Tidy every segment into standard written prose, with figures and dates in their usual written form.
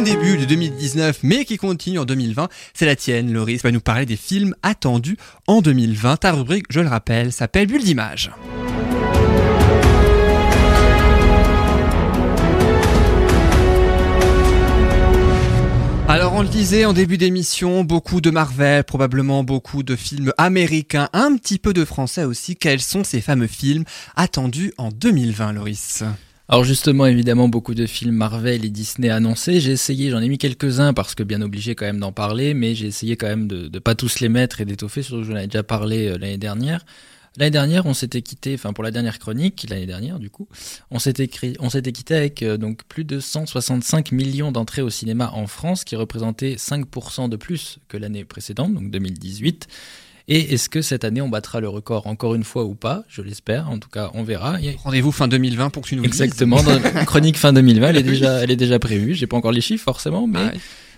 début de 2019, mais qui continue en 2020. C'est la tienne, Loris, va nous parler des films attendus en 2020. Ta rubrique, je le rappelle, s'appelle Bulle d'Images. Alors on le disait en début d'émission, beaucoup de Marvel, probablement beaucoup de films américains, un petit peu de français aussi. Quels sont ces fameux films attendus en 2020, Loris ? Alors justement, évidemment, beaucoup de films Marvel et Disney annoncés. J'en ai mis quelques-uns parce que bien obligé quand même d'en parler, mais j'ai essayé quand même de pas tous les mettre et d'étoffer, surtout que j'en avais déjà parlé l'année dernière. L'année dernière, on s'était quitté, pour la dernière chronique, on s'était quitté avec donc plus de 165 millions d'entrées au cinéma en France, qui représentait 5% de plus que l'année précédente, donc 2018. Et est-ce que cette année, on battra le record encore une fois ou pas ? Je l'espère, en tout cas, on verra. Rendez-vous fin 2020 pour que tu nous dises. Exactement, dans la chronique fin 2020, elle est déjà prévue. J'ai pas encore les chiffres forcément, mais...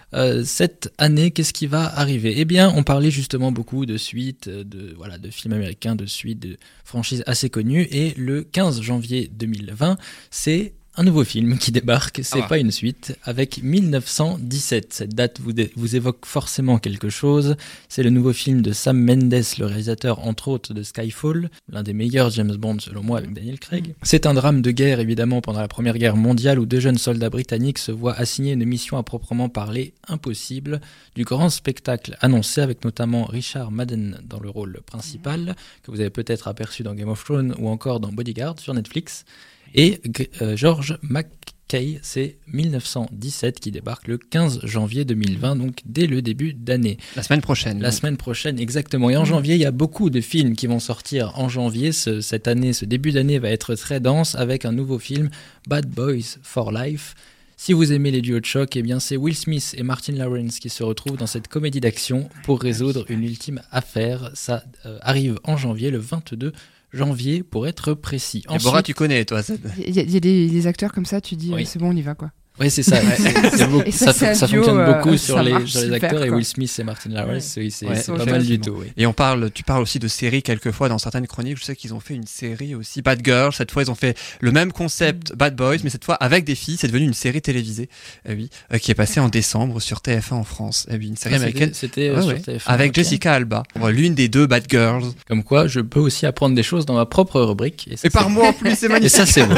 cette année, qu'est-ce qui va arriver ? Eh bien, on parlait justement beaucoup de suites, de films américains, de suites, de franchises assez connues. Et le 15 janvier 2020, c'est un nouveau film qui débarque. C'est pas une suite, avec 1917. Cette date vous évoque forcément quelque chose. C'est le nouveau film de Sam Mendes, le réalisateur entre autres de Skyfall, l'un des meilleurs James Bond selon moi avec Daniel Craig. C'est un drame de guerre évidemment pendant la Première Guerre mondiale où deux jeunes soldats britanniques se voient assigner une mission à proprement parler impossible. Du grand spectacle annoncé avec notamment Richard Madden dans le rôle principal, que vous avez peut-être aperçu dans Game of Thrones ou encore dans Bodyguard sur Netflix. Et George McKay, c'est 1917 qui débarque le 15 janvier 2020, donc dès le début d'année. La semaine prochaine. La semaine prochaine, exactement. Et en janvier, il y a beaucoup de films qui vont sortir en janvier. Cette année, ce début d'année va être très dense avec un nouveau film, Bad Boys for Life. Si vous aimez les duos de choc, eh bien c'est Will Smith et Martin Lawrence qui se retrouvent dans cette comédie d'action pour résoudre une ultime affaire. Ça arrive en janvier, le 22 janvier pour être précis. Ensuite, Bora, tu connais toi. Il y a des acteurs comme ça, tu dis oui. C'est bon, on y va quoi. Oui, c'est ça. Ça fonctionne beaucoup sur les acteurs. Et quoi. Will Smith et Martin Lawrence, c'est pas mal du tout. Oui. Et tu parles aussi de séries quelquefois dans certaines chroniques. Je sais qu'ils ont fait une série aussi, Bad Girls. Cette fois, ils ont fait le même concept, Bad Boys, mais cette fois avec des filles. C'est devenu une série télévisée, qui est passée en décembre sur TF1 en France. Une série américaine. C'était sur TF1. Avec Jessica Alba, l'une des deux Bad Girls. Comme quoi, je peux aussi apprendre des choses dans ma propre rubrique. Et par moi en plus, c'est magnifique. Et ça, c'est beau.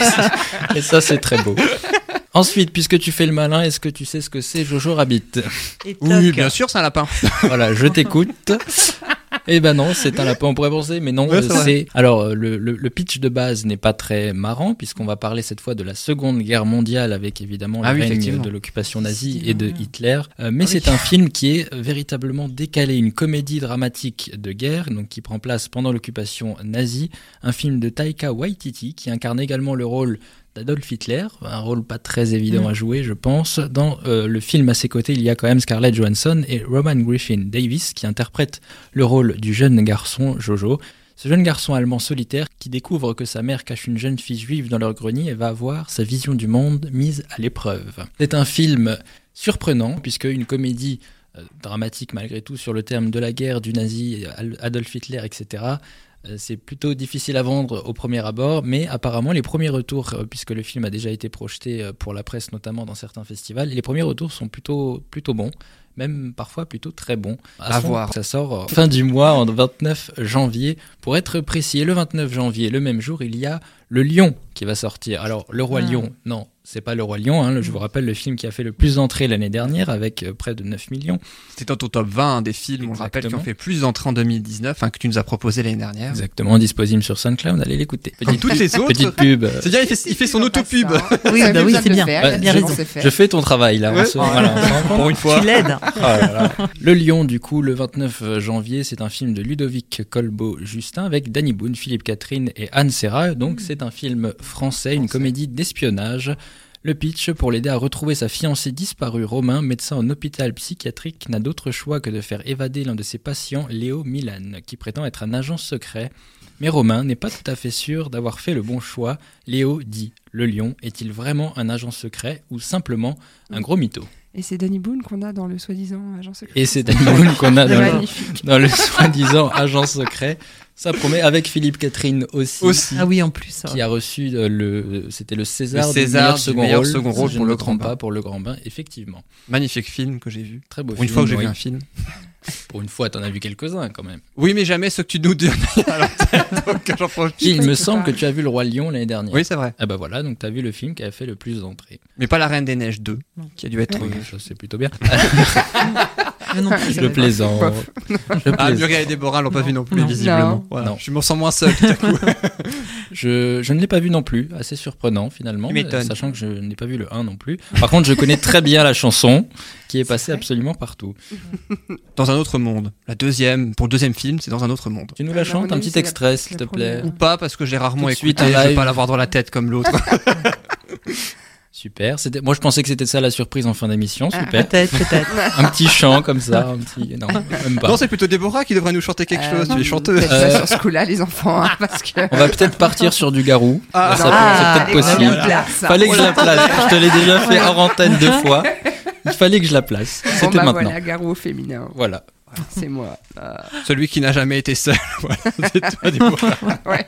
Et ça, c'est très beau. Ensuite, puisque tu fais le malin, est-ce que tu sais ce que c'est Jojo Rabbit ? Oui, bien sûr, c'est un lapin. Voilà, je t'écoute. Eh ben non, c'est un lapin, on pourrait penser, mais non, c'est... Alors, le pitch de base n'est pas très marrant, puisqu'on va parler cette fois de la Seconde Guerre mondiale, avec évidemment le règne de l'occupation nazie et de Hitler. Mais c'est un film qui est véritablement décalé, une comédie dramatique de guerre, donc qui prend place pendant l'occupation nazie. Un film de Taika Waititi, qui incarne également le rôle d'Adolf Hitler, un rôle pas très évident à jouer, je pense. Dans le film, à ses côtés, il y a quand même Scarlett Johansson et Roman Griffin Davis qui interprètent le rôle du jeune garçon Jojo. Ce jeune garçon allemand solitaire qui découvre que sa mère cache une jeune fille juive dans leur grenier et va avoir sa vision du monde mise à l'épreuve. C'est un film surprenant puisque une comédie dramatique malgré tout sur le thème de la guerre, du nazi, Adolf Hitler, etc., c'est plutôt difficile à vendre au premier abord, mais apparemment les premiers retours, puisque le film a déjà été projeté pour la presse notamment dans certains festivals, les premiers retours sont plutôt bons, même parfois plutôt très bons. À voir. Ça sort fin du mois, en 29 janvier, pour être précis. Et le 29 janvier, le même jour, il y a Le Lion qui va sortir. Alors, Le Roi Lion, non, c'est pas Le Roi Lion. Je vous rappelle le film qui a fait le plus d'entrées l'année dernière, avec près de 9 millions. C'était dans ton top 20 des films, on le rappelle, qui ont fait plus d'entrées en 2019, que tu nous as proposé l'année dernière. Exactement, disponible sur SoundCloud, allez l'écouter. Comme toutes les autres. Petite pub. C'est-à-dire, il fait son auto-pub. Oui, c'est bien. Bien raison. Je fais ton travail, là. Pour une fois. Tu l'aides. Le Lion, du coup, le 29 janvier, c'est un film de Ludovic Colbeau-Justin avec Danny Boone, Philippe Catherine et Anne Serra. Donc, c'est un film français, une comédie d'espionnage. Le pitch, pour l'aider à retrouver sa fiancée disparue, Romain, médecin en hôpital psychiatrique, n'a d'autre choix que de faire évader l'un de ses patients, Léo Milan, qui prétend être un agent secret. Mais Romain n'est pas tout à fait sûr d'avoir fait le bon choix. Léo dit « Le Lion est-il vraiment un agent secret ou simplement un gros mytho ?» Et c'est Danny Boone qu'on a dans le soi-disant agent secret. Et c'est Danny Boone qu'on a dans le soi-disant agent secret. Ça promet, avec Philippe Catherine aussi. Ah oui, en plus. Qui a reçu c'était le César, du meilleur second rôle pour Le Grand Bain. Pour Le Grand Bain, effectivement. Magnifique film que j'ai vu. Très beau film. Une fois que j'ai vu un film. Pour une fois, t'en as vu quelques-uns quand même. Oui, mais jamais ceux que tu nous donnes à l'antenne, donc j'en profite. Il me semble que tu as vu Le Roi Lion l'année dernière. Oui, c'est vrai. Ah bah voilà, donc t'as vu le film qui a fait le plus d'entrées. Mais pas La Reine des Neiges 2, qui a dû être... Oui, ça c'est plutôt bien. Non, je plaisante. Muriel et Déborah l'ont pas vu non plus, visiblement. Voilà. Je me sens moins seul tout à coup. Je ne l'ai pas vu non plus, assez surprenant finalement, sachant que je n'ai pas vu le 1 non plus. Par contre, je connais très bien la chanson qui est passée absolument partout. Dans un autre monde. Pour le deuxième film, c'est dans un autre monde. Tu nous la chantes, un petit extrait s'il te plaît. Ou pas, parce que j'ai rarement écouté, je vais pas l'avoir dans la tête comme l'autre. Super. Moi, je pensais que c'était ça la surprise en fin d'émission. Super. Peut-être. Un petit chant comme ça. Non, même pas. Non, c'est plutôt Déborah qui devrait nous chanter quelque chose. Tu es chanteuse. Sur ce coup-là, les enfants. Parce que... On va peut-être partir sur du Garou. C'est peut-être possible. Fallait que je la place. Je te l'ai déjà fait hors antenne 2 fois. Il fallait que je la place. C'était maintenant. Voilà, Garou au féminin. Voilà. C'est moi. Celui qui n'a jamais été seul. Voilà, c'est toi, Déborah.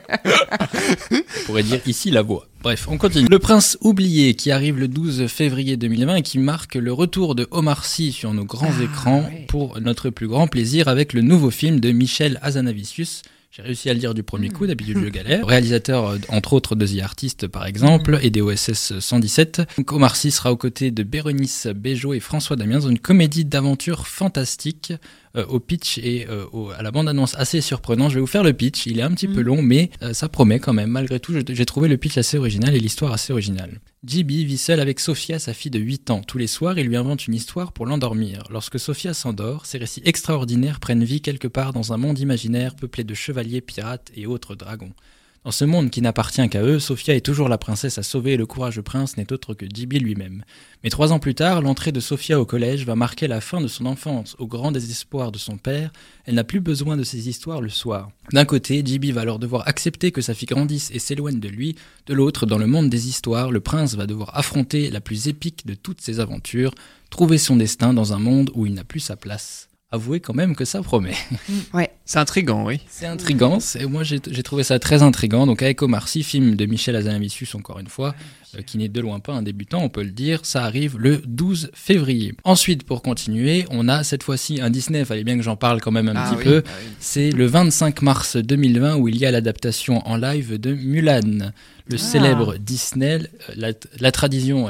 On pourrait dire ici la voix. Bref, on continue. Le Prince oublié qui arrive le 12 février 2020 et qui marque le retour de Omar Sy sur nos grands écrans pour notre plus grand plaisir avec le nouveau film de Michel Hazanavicius. J'ai réussi à le dire du premier coup, d'habitude je galère. Réalisateur, entre autres, de The Artist, par exemple, et des OSS 117. Donc, Omar Sy sera aux côtés de Bérénice Bejo et François Damiens dans une comédie d'aventure fantastique au pitch et à la bande-annonce assez surprenant. Je vais vous faire le pitch, il est un petit peu long, mais ça promet quand même. Malgré tout, j'ai trouvé le pitch assez original et l'histoire assez originale. Jibi vit seul avec Sophia, sa fille de 8 ans. Tous les soirs, il lui invente une histoire pour l'endormir. Lorsque Sophia s'endort, ses récits extraordinaires prennent vie quelque part dans un monde imaginaire peuplé de chevaliers, pirates et autres dragons. Dans ce monde qui n'appartient qu'à eux, Sophia est toujours la princesse à sauver et le courageux prince n'est autre que Jibi lui-même. Mais 3 ans plus tard, l'entrée de Sophia au collège va marquer la fin de son enfance. Au grand désespoir de son père, elle n'a plus besoin de ces histoires le soir. D'un côté, Jibi va alors devoir accepter que sa fille grandisse et s'éloigne de lui. De l'autre, dans le monde des histoires, le prince va devoir affronter la plus épique de toutes ses aventures, trouver son destin dans un monde où il n'a plus sa place. Avouez quand même que ça promet. Ouais. C'est intriguant, oui. C'est intriguant. Moi, j'ai trouvé ça très intriguant. Donc, avec Omar Sy, film de Michel Hazanavicius, encore une fois, qui n'est de loin pas un débutant, on peut le dire. Ça arrive le 12 février. Ensuite, pour continuer, on a cette fois-ci un Disney. Il fallait bien que j'en parle quand même un petit peu. C'est le 25 mars 2020 où il y a l'adaptation en live de Mulan. Le célèbre Disney, la tradition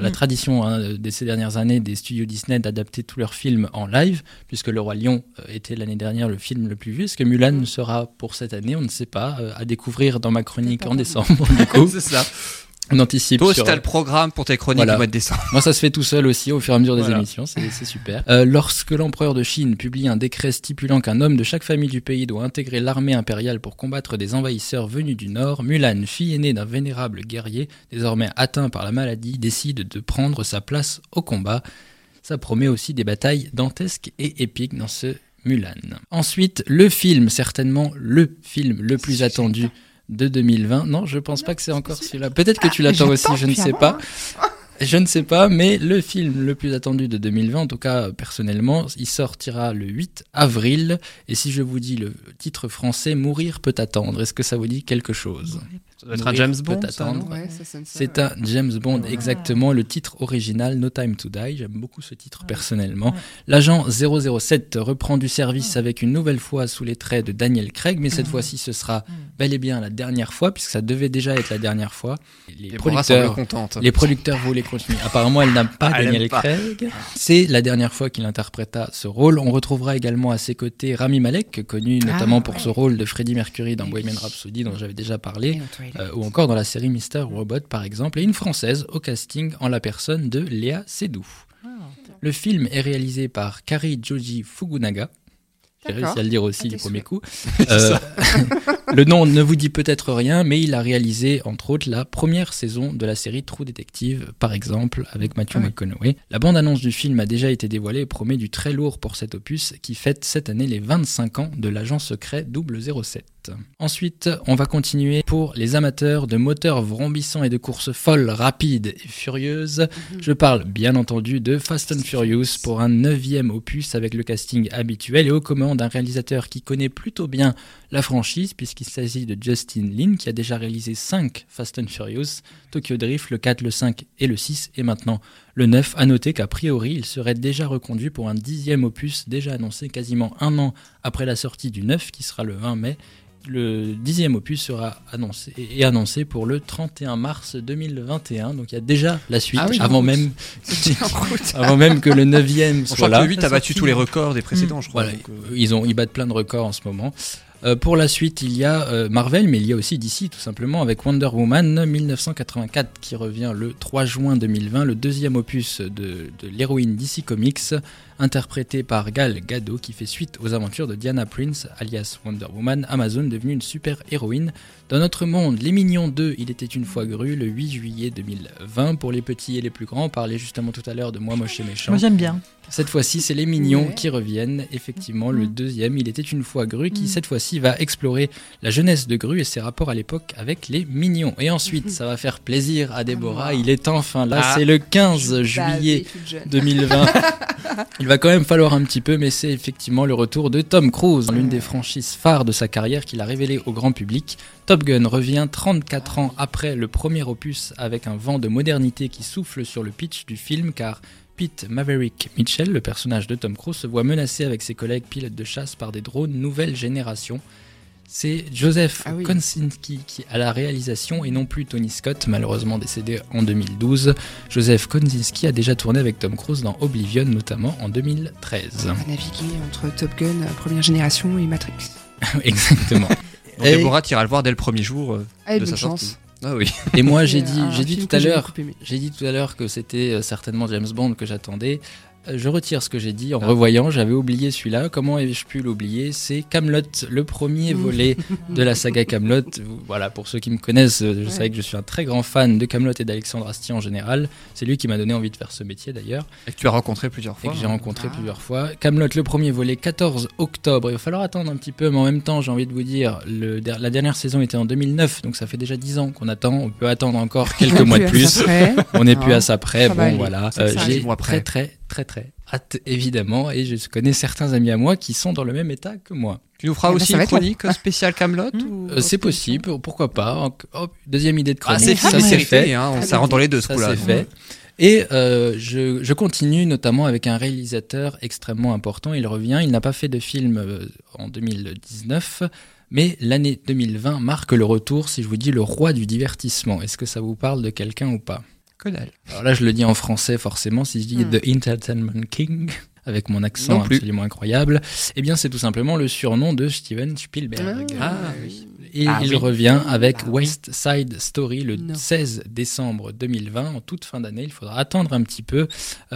de ces dernières années des studios Disney d'adapter tous leurs films en live, puisque Le Roi Lion était l'année dernière le film le plus vu. Est-ce que Mulan sera pour cette année? On ne sait pas. À découvrir dans ma chronique en décembre, du coup. C'est ça. On anticipe. Toi aussi, t'as le programme pour tes chroniques du mois de décembre. Moi, ça se fait tout seul aussi au fur et à mesure des émissions. C'est super. Lorsque l'empereur de Chine publie un décret stipulant qu'un homme de chaque famille du pays doit intégrer l'armée impériale pour combattre des envahisseurs venus du Nord, Mulan, fille aînée d'un vénérable guerrier, désormais atteint par la maladie, décide de prendre sa place au combat. Ça promet aussi des batailles dantesques et épiques dans ce Mulan. Ensuite, le film, certainement le film le plus attendu de 2020. Non, je pense pas que c'est encore celui-là. Peut-être que tu l'attends aussi, je ne sais pas. Je ne sais pas, mais le film le plus attendu de 2020, en tout cas personnellement, il sortira le 8 avril. Et si je vous dis le titre français, Mourir peut attendre, est-ce que ça vous dit quelque chose? Ça doit être un James Bond, ça, c'est un James Bond, exactement. Le titre original, No Time to Die. J'aime beaucoup ce titre personnellement. L'agent 007 reprend du service avec une nouvelle fois sous les traits de Daniel Craig, mais cette fois-ci, ce sera bel et bien la dernière fois, puisque ça devait déjà être la dernière fois. Les producteurs voulaient continuer. Apparemment, elle n'aime pas Daniel Craig. C'est la dernière fois qu'il interpréta ce rôle. On retrouvera également à ses côtés Rami Malek, connu notamment pour ce rôle de Freddie Mercury dans Bohemian Rhapsody, dont j'avais déjà parlé. Ou encore dans la série Mr. Robot par exemple, et une française au casting en la personne de Léa Seydoux. Le film est réalisé par Kari Joji Fukunaga. J'ai réussi à le dire aussi du premier coup. Le nom ne vous dit peut-être rien, mais il a réalisé, entre autres, la première saison de la série True Detective, par exemple, avec Matthew McConaughey. La bande-annonce du film a déjà été dévoilée et promet du très lourd pour cet opus qui fête cette année les 25 ans de l'agent secret 007. Ensuite, on va continuer pour les amateurs de moteurs vrombissants et de courses folles, rapides et furieuses. Je parle bien entendu de Fast and Furious pour un 9e opus avec le casting habituel et aux commandes d'un réalisateur qui connaît plutôt bien la franchise, puisqu'il s'agit de Justin Lin, qui a déjà réalisé 5 Fast and Furious, Tokyo Drift, le 4, le 5 et le 6, et maintenant le 9. À noter qu'a priori, il serait déjà reconduit pour un 10e opus, déjà annoncé quasiment un an après la sortie du 9, qui sera le 20 mai. Le 10e opus sera annoncé pour le 31 mars 2021. Donc il y a déjà la suite, avant même que le 9e soit là. Le 8 a battu tous les records des précédents, je crois. Voilà, ils battent plein de records en ce moment. Pour la suite, il y a Marvel, mais il y a aussi DC, tout simplement, avec Wonder Woman 1984, qui revient le 3 juin 2020, le 2e opus de l'héroïne DC Comics, interprétée par Gal Gadot, qui fait suite aux aventures de Diana Prince, alias Wonder Woman, Amazon, devenue une super-héroïne. Dans notre monde, Les Mignons 2, Il était une fois Gru, le 8 juillet 2020. Pour les petits et les plus grands, on parlait justement tout à l'heure de Moi moche et méchant. Moi j'aime bien. Cette fois-ci, c'est Les Mignons qui reviennent. Effectivement, le 2e, Il était une fois Gru, qui cette fois-ci va explorer la jeunesse de Gru et ses rapports à l'époque avec les Mignons. Et ensuite, ça va faire plaisir à Déborah. Il est enfin là, c'est le 15 juillet 2020. Il va quand même falloir un petit peu, mais c'est effectivement le retour de Tom Cruise, l'une des franchises phares de sa carrière qu'il a révélé au grand public. Top Gun revient 34 ans après le premier opus avec un vent de modernité qui souffle sur le pitch du film, car Pete Maverick Mitchell, le personnage de Tom Cruise, se voit menacé avec ses collègues pilotes de chasse par des drones nouvelle génération. C'est Joseph Kosinski qui a la réalisation et non plus Tony Scott, malheureusement décédé en 2012. Joseph Kosinski a déjà tourné avec Tom Cruise dans Oblivion, notamment en 2013. On a navigué entre Top Gun, première génération, et Matrix. Exactement. Donc Déborah, tu iras le voir dès le premier jour de sa sortie. Ah oui. Et moi j'ai dit tout à l'heure que c'était certainement James Bond que j'attendais. Je retire ce que j'ai dit en revoyant, j'avais oublié celui-là. Comment ai-je pu l'oublier ? C'est Kaamelott, le premier volet de la saga Kaamelott. Voilà, pour ceux qui me connaissent, je savais que je suis un très grand fan de Kaamelott et d'Alexandre Astier en général. C'est lui qui m'a donné envie de faire ce métier d'ailleurs. Et que tu as rencontré plusieurs fois. Et que j'ai rencontré plusieurs fois. Kaamelott, le premier volet, 14 octobre. Il va falloir attendre un petit peu, mais en même temps, j'ai envie de vous dire, la dernière saison était en 202009, donc ça fait déjà 10 ans qu'on attend. On peut attendre encore quelques mois de plus. On n'est plus à ça près. Bon, voilà. J'ai très hâte, évidemment, et je connais certains amis à moi qui sont dans le même état que moi. Tu nous feras aussi une chronique spéciale Kaamelott c'est possible, pourquoi pas. Deuxième idée de chronique, c'est fait. Ça rentre dans les deux, ce coup-là. C'est fait. Et je continue notamment avec un réalisateur extrêmement important. Il revient, il n'a pas fait de film en 2019, mais l'année 2020 marque le retour, si je vous dis, le roi du divertissement. Est-ce que ça vous parle de quelqu'un ou pas ? Alors là, je le dis en français forcément, si je dis The Entertainment King, avec mon accent absolument incroyable, eh bien c'est tout simplement le surnom de Steven Spielberg. Il revient avec West Side Story le 16 décembre 2020, en toute fin d'année. Il faudra attendre un petit peu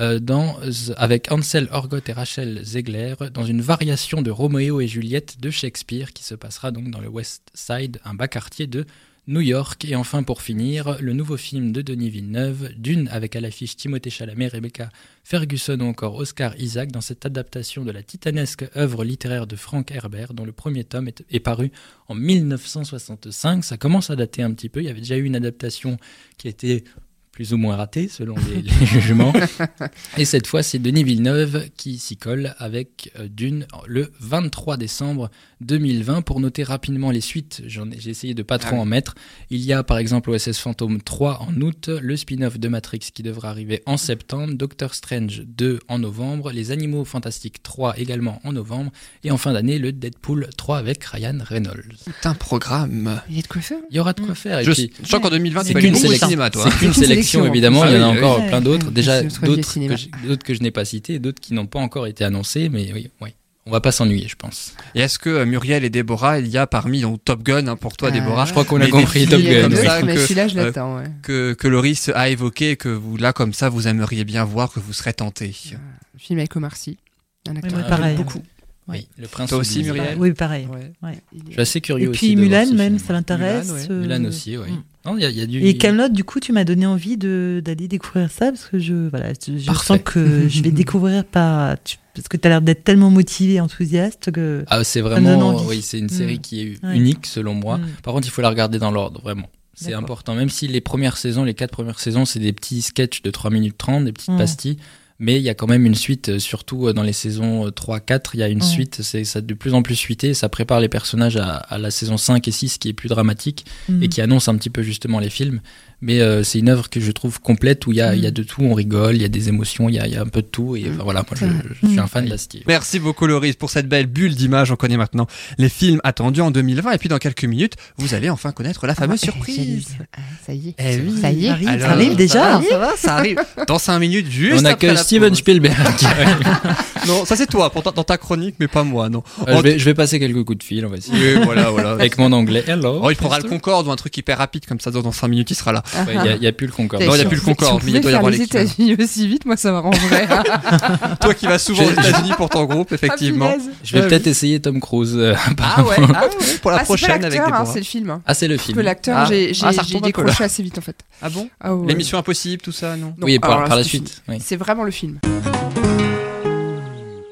avec Ansel Elgort et Rachel Zegler, dans une variation de Roméo et Juliette de Shakespeare, qui se passera donc dans le West Side, un bas quartier de New York. Et enfin, pour finir, le nouveau film de Denis Villeneuve, Dune, avec à l'affiche Timothée Chalamet, Rebecca Ferguson ou encore Oscar Isaac, dans cette adaptation de la titanesque œuvre littéraire de Frank Herbert, dont le premier tome est paru en 1965. Ça commence à dater un petit peu. Il y avait déjà eu une adaptation qui a été plus ou moins ratée selon les jugements. Et cette fois, c'est Denis Villeneuve qui s'y colle avec Dune le 23 décembre 2020. Pour noter rapidement les suites, j'ai essayé de pas trop en mettre. Il y a par exemple OSS Fantôme 3 en août, le spin-off de Matrix qui devra arriver en septembre, Doctor Strange 2 en novembre, Les Animaux Fantastiques 3 également en novembre, et en fin d'année, le Deadpool 3 avec Ryan Reynolds. C'est un programme. Il y a de quoi faire. Il y aura de quoi faire. Je sens qu'en 2020, c'est pas une sélection cinéma, toi. C'est qu'une sélection, évidemment. Il y en a encore plein d'autres. Déjà, d'autres que je n'ai pas cités, et d'autres qui n'ont pas encore été annoncés, mais oui. On va pas s'ennuyer, je pense. Et est-ce que Muriel et Déborah, il y a parmi Top Gun, pour toi Déborah, je crois qu'on a compris Top Gun. Mais celui-là, je l'attends. Que Loris a évoqué, que vous, là, comme ça, vous aimeriez bien voir, que vous serez tenté. Le film avec Omar Sy, un acteur que j'aime beaucoup. Oui, le prince. Toi aussi, Muriel ? Oui, pareil. Ouais. Je suis assez curieux aussi. Et puis Mulan, même, ça m'intéresse. Mulan aussi, oui. Non, y a du... Et Kaamelott, du coup, tu m'as donné envie d'aller découvrir ça, parce que je sens que je vais découvrir parce que tu as l'air d'être tellement motivé et enthousiaste que c'est vraiment, c'est une série qui est unique selon moi. Par contre, il faut la regarder dans l'ordre, vraiment. C'est important, même si les 4 premières saisons, c'est des petits sketchs de 3 minutes 30, des petites pastilles. Mais il y a quand même une suite, surtout dans les saisons 3, 4, il y a une suite, ça de plus en plus suité, ça prépare les personnages à la saison 5 et 6 qui est plus dramatique et qui annonce un petit peu justement les films. Mais c'est une œuvre que je trouve complète où il y a de tout, on rigole, il y a des émotions, il y a un peu de tout. Et voilà, moi je suis un fan d'Astier. Merci beaucoup Loris pour cette belle bulle d'image. On connaît maintenant les films attendus en 2020. Et puis dans quelques minutes, vous allez enfin connaître la fameuse surprise. Ça y est. Oui. Ça y est. Ça arrive déjà. Ça arrive. Dans 5 minutes, juste on accueille Steven Spielberg. Non, ça c'est toi, dans ta chronique, mais pas moi, non. Je vais passer quelques coups de fil, on va essayer. Oui, voilà. Avec mon anglais. Hello. Il prendra le Concorde ou un truc hyper rapide comme ça, dans 5 minutes, il sera là. Il n'y a plus le Concorde. Non, il n'y a plus le Concorde, mais il doit y avoir les États-Unis aussi vite, moi ça m'arrangerait. Toi qui vas souvent aux États-Unis pour ton groupe, effectivement. Je vais peut-être essayer Tom Cruise. Pour la prochaine avec Déborah. C'est le film. Ah, c'est le film. L'acteur, j'ai décroché assez vite en fait. Ah bon Ah ouais. L'émission Impossible, tout ça, non? Oui, par la suite. C'est vraiment le film.